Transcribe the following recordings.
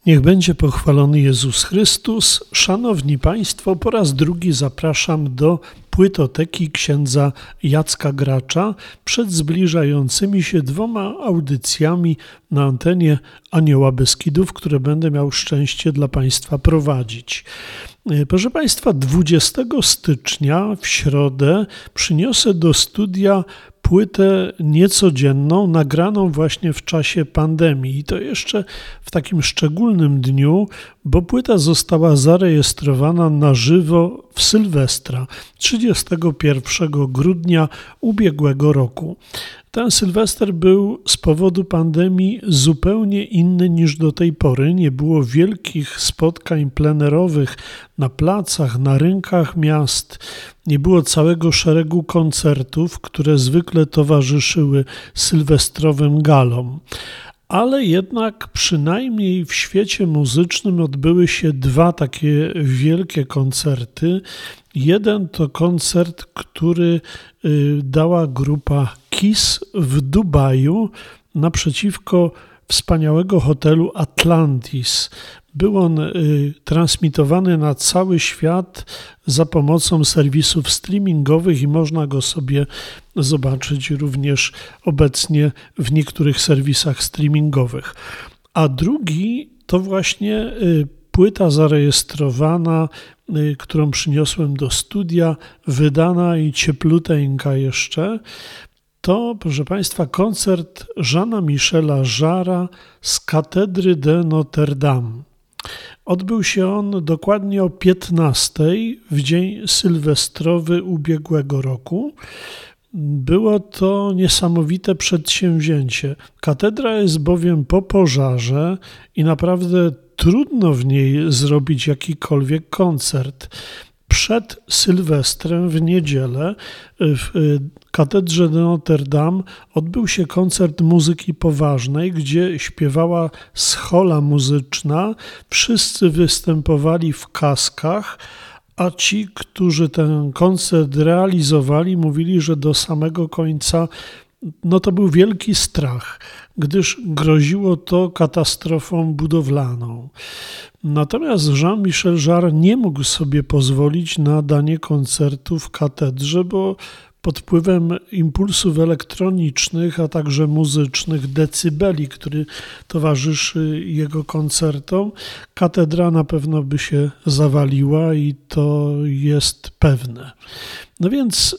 Niech będzie pochwalony Jezus Chrystus. Szanowni Państwo, po raz drugi zapraszam do płytoteki księdza Jacka Gracza przed zbliżającymi się 2 audycjami na antenie Anioła Beskidów, które będę miał szczęście dla Państwa prowadzić. Proszę Państwa, 20 stycznia w środę przyniosę do studia płytę niecodzienną, nagraną właśnie w czasie pandemii. I to jeszcze w takim szczególnym dniu, bo płyta została zarejestrowana na żywo w Sylwestra, 31 grudnia ubiegłego roku. Ten Sylwester był z powodu pandemii zupełnie inny niż do tej pory. Nie było wielkich spotkań plenerowych na placach, na rynkach miast. Nie było całego szeregu koncertów, które zwykle towarzyszyły sylwestrowym galom. Ale jednak przynajmniej w świecie muzycznym odbyły się 2 takie wielkie koncerty. Jeden to koncert, który dała grupa Kiss w Dubaju naprzeciwko wspaniałego hotelu Atlantis. Był on transmitowany na cały świat za pomocą serwisów streamingowych i można go sobie zobaczyć również obecnie w niektórych serwisach streamingowych. A drugi to właśnie płyta zarejestrowana, którą przyniosłem do studia, wydana i ciepluteńka jeszcze. To, proszę Państwa, koncert Jeana-Michela Jarre'a z katedry de Notre Dame. Odbył się on dokładnie o 15:00 w dzień sylwestrowy ubiegłego roku. Było to niesamowite przedsięwzięcie. Katedra jest bowiem po pożarze i naprawdę trudno w niej zrobić jakikolwiek koncert. Przed Sylwestrem w niedzielę w katedrze de Notre Dame odbył się koncert muzyki poważnej, gdzie śpiewała schola muzyczna. Wszyscy występowali w kaskach, a ci, którzy ten koncert realizowali, mówili, że do samego końca to był wielki strach, gdyż groziło to katastrofą budowlaną. Natomiast Jean-Michel Jarre nie mógł sobie pozwolić na danie koncertu w katedrze, bo pod wpływem impulsów elektronicznych, a także muzycznych, decybeli, który towarzyszy jego koncertom, katedra na pewno by się zawaliła i to jest pewne. No więc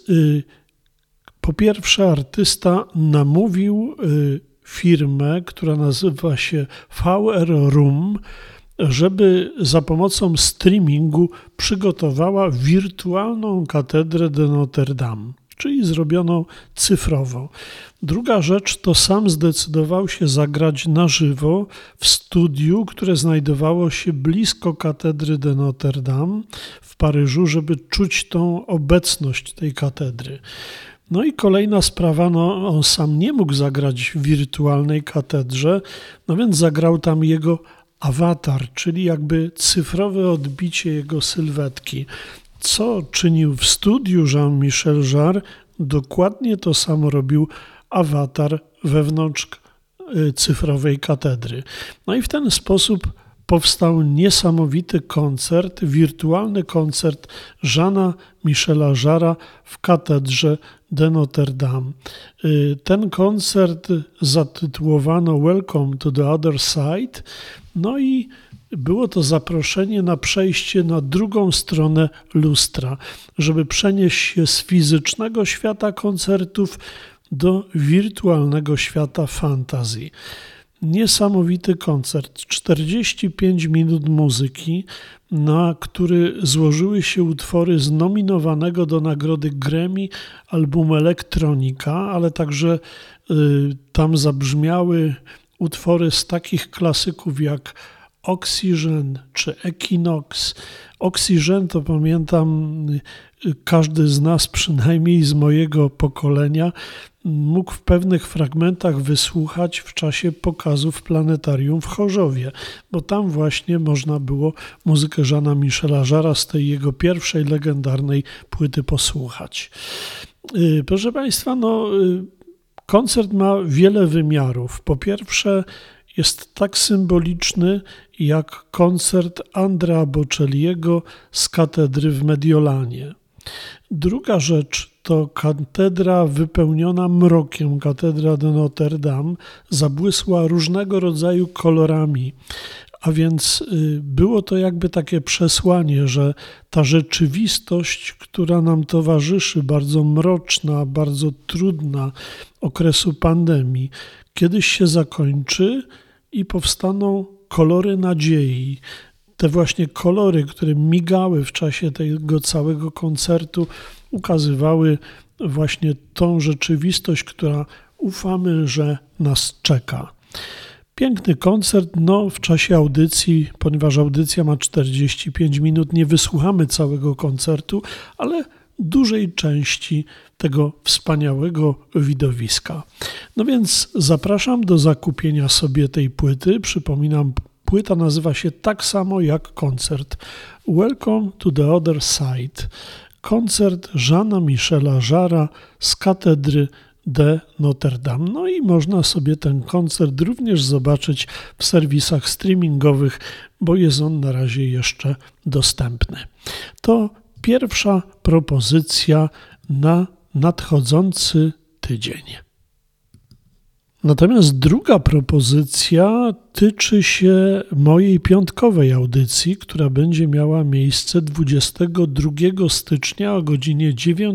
po pierwsze artysta namówił firmę, która nazywa się VR Room, żeby za pomocą streamingu przygotowała wirtualną katedrę de Notre Dame, czyli zrobioną cyfrowo. Druga rzecz to sam zdecydował się zagrać na żywo w studiu, które znajdowało się blisko katedry de Notre Dame w Paryżu, żeby czuć tą obecność tej katedry. No i kolejna sprawa, on sam nie mógł zagrać w wirtualnej katedrze, więc zagrał tam jego awatar, czyli jakby cyfrowe odbicie jego sylwetki. Co czynił w studiu Jean-Michel Jarre, dokładnie to samo robił awatar wewnątrz cyfrowej katedry. No i w ten sposób powstał niesamowity koncert, wirtualny koncert Jeana-Michela Jarre'a w katedrze de Notre Dame. Ten koncert zatytułowano Welcome to the Other Side, no i było to zaproszenie na przejście na drugą stronę lustra, żeby przenieść się z fizycznego świata koncertów do wirtualnego świata fantazji. Niesamowity koncert, 45 minut muzyki, na który złożyły się utwory z nominowanego do nagrody Grammy albumu Elektronika, ale także tam zabrzmiały utwory z takich klasyków jak Oxygen czy Equinox. Oxygen to pamiętam, każdy z nas, przynajmniej z mojego pokolenia, mógł w pewnych fragmentach wysłuchać w czasie pokazu w planetarium w Chorzowie, bo tam właśnie można było muzykę Jeana-Michela Jarre'a z tej jego pierwszej legendarnej płyty posłuchać. Proszę Państwa, koncert ma wiele wymiarów. Po pierwsze, jest tak symboliczny jak koncert Andrea Bocelliego z katedry w Mediolanie. Druga rzecz to katedra wypełniona mrokiem, katedra de Notre Dame, zabłysła różnego rodzaju kolorami. A więc było to jakby takie przesłanie, że ta rzeczywistość, która nam towarzyszy, bardzo mroczna, bardzo trudna okresu pandemii, kiedyś się zakończy i powstaną kolory nadziei. Te właśnie kolory, które migały w czasie tego całego koncertu, ukazywały właśnie tą rzeczywistość, która ufamy, że nas czeka. Piękny koncert, w czasie audycji, ponieważ audycja ma 45 minut, nie wysłuchamy całego koncertu, ale dużej części tego wspaniałego widowiska. Więc zapraszam do zakupienia sobie tej płyty. Przypominam, płyta nazywa się tak samo jak koncert. Welcome to the Other Side. Koncert Jeana Michela Jarre'a z katedry de Notre Dame. I można sobie ten koncert również zobaczyć w serwisach streamingowych, bo jest on na razie jeszcze dostępny. To pierwsza propozycja na nadchodzący tydzień. Natomiast druga propozycja tyczy się mojej piątkowej audycji, która będzie miała miejsce 22 stycznia o godzinie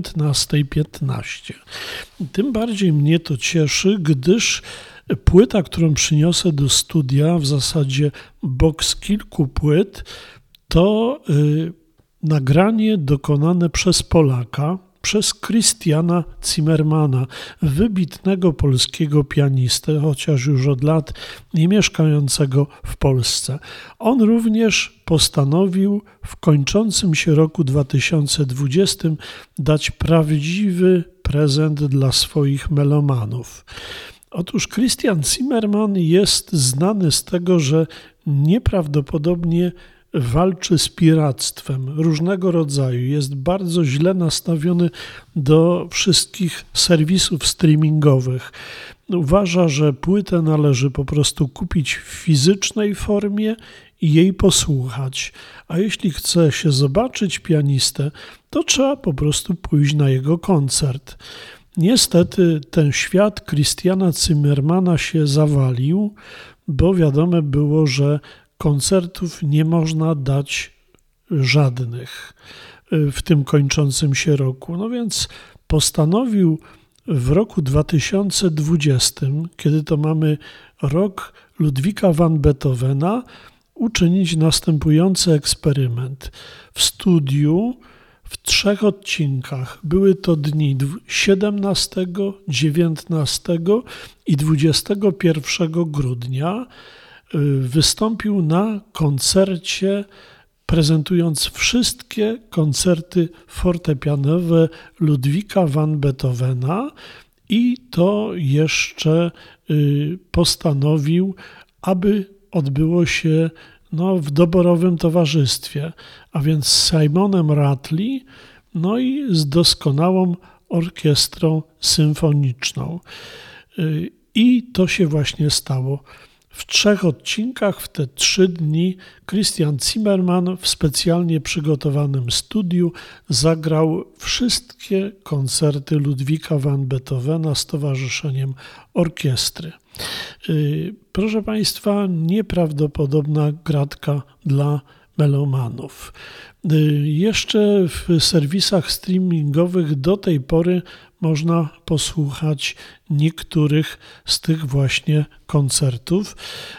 19:15. Tym bardziej mnie to cieszy, gdyż płyta, którą przyniosę do studia, w zasadzie boks kilku płyt, to nagranie dokonane przez Polaka, przez Christiana Zimmermana, wybitnego polskiego pianistę, chociaż już od lat nie mieszkającego w Polsce. On również postanowił w kończącym się roku 2020 dać prawdziwy prezent dla swoich melomanów. Otóż Christian Zimmerman jest znany z tego, że nieprawdopodobnie walczy z piractwem różnego rodzaju. Jest bardzo źle nastawiony do wszystkich serwisów streamingowych. Uważa, że płytę należy po prostu kupić w fizycznej formie i jej posłuchać. A jeśli chce się zobaczyć pianistę, to trzeba po prostu pójść na jego koncert. Niestety ten świat Christiana Zimmermana się zawalił, bo wiadome było, że koncertów nie można dać żadnych w tym kończącym się roku. Więc postanowił w roku 2020, kiedy to mamy rok Ludwika van Beethovena, uczynić następujący eksperyment. W studiu w 3 odcinkach, były to dni 17, 19 i 21 grudnia, wystąpił na koncercie, prezentując wszystkie koncerty fortepianowe Ludwika van Beethovena i to jeszcze postanowił, aby odbyło się w doborowym towarzystwie, a więc z Simonem Rattley, i z doskonałą orkiestrą symfoniczną. I to się właśnie stało. W 3 odcinkach, w te 3 dni, Christian Zimmerman w specjalnie przygotowanym studiu zagrał wszystkie koncerty Ludwika van Beethovena z towarzyszeniem orkiestry. Proszę Państwa, nieprawdopodobna gratka dla melomanów. Jeszcze w serwisach streamingowych do tej pory można posłuchać niektórych z tych właśnie koncertów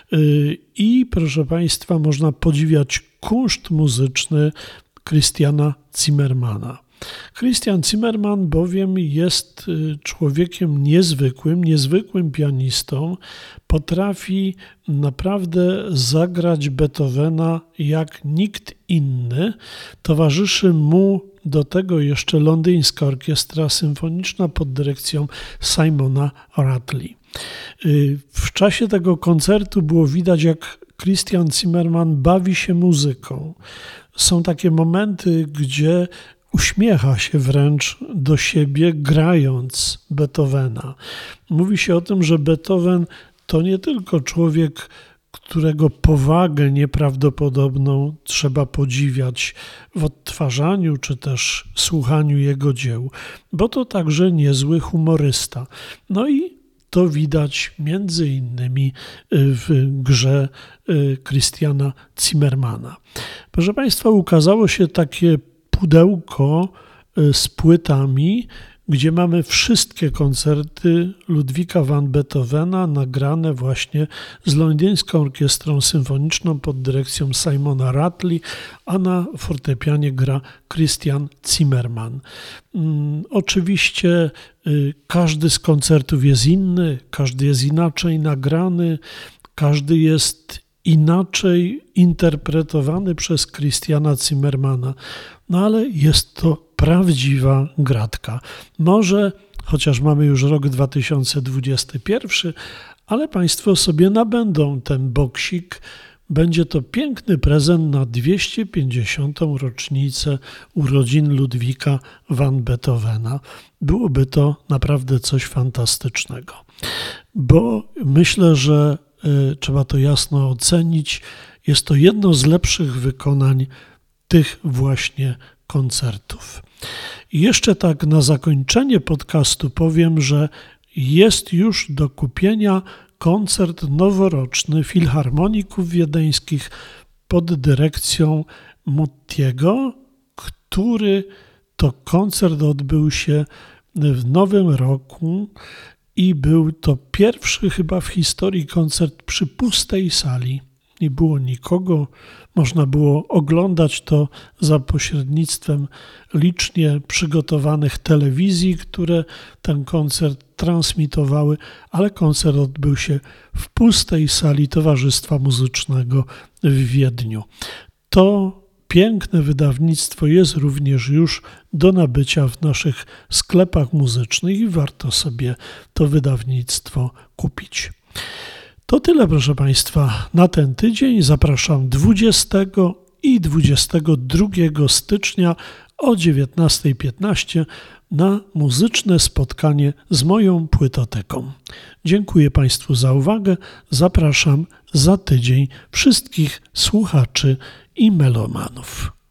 i proszę Państwa, można podziwiać kunszt muzyczny Christiana Zimmermana. Christian Zimmerman bowiem jest człowiekiem niezwykłym pianistą. Potrafi naprawdę zagrać Beethovena jak nikt inny. Towarzyszy mu do tego jeszcze londyńska orkiestra symfoniczna pod dyrekcją Simona Rattley. W czasie tego koncertu było widać, jak Christian Zimmerman bawi się muzyką. Są takie momenty, gdzie uśmiecha się wręcz do siebie, grając Beethovena. Mówi się o tym, że Beethoven to nie tylko człowiek, którego powagę nieprawdopodobną trzeba podziwiać w odtwarzaniu czy też słuchaniu jego dzieł, bo to także niezły humorysta. No i to widać między innymi w grze Christiana Zimmermana. Proszę Państwa, ukazało się takie pudełko z płytami, gdzie mamy wszystkie koncerty Ludwika van Beethovena nagrane właśnie z Londyńską Orkiestrą Symfoniczną pod dyrekcją Simona Rattle, a na fortepianie gra Christian Zimmerman. Oczywiście każdy z koncertów jest inny, każdy jest inaczej nagrany, każdy jest inaczej interpretowany przez Christiana Zimmermana, no ale jest to prawdziwa gratka. Może, chociaż mamy już rok 2021, ale Państwo sobie nabędą ten boksik. Będzie to piękny prezent na 250. rocznicę urodzin Ludwika van Beethovena. Byłoby to naprawdę coś fantastycznego, bo myślę, że trzeba to jasno ocenić. Jest to jedno z lepszych wykonań tych właśnie koncertów. I jeszcze tak na zakończenie podcastu powiem, że jest już do kupienia koncert noworoczny Filharmoników Wiedeńskich pod dyrekcją Mottiego, który to koncert odbył się w nowym roku i był to pierwszy chyba w historii koncert przy pustej sali. Nie było nikogo, można było oglądać to za pośrednictwem licznie przygotowanych telewizji, które ten koncert transmitowały, ale koncert odbył się w pustej sali Towarzystwa Muzycznego w Wiedniu. To piękne wydawnictwo jest również już do nabycia w naszych sklepach muzycznych i warto sobie to wydawnictwo kupić. To tyle, proszę Państwa, na ten tydzień. Zapraszam 20 i 22 stycznia o 19:15 na muzyczne spotkanie z moją płytoteką. Dziękuję Państwu za uwagę. Zapraszam za tydzień wszystkich słuchaczy i melomanów.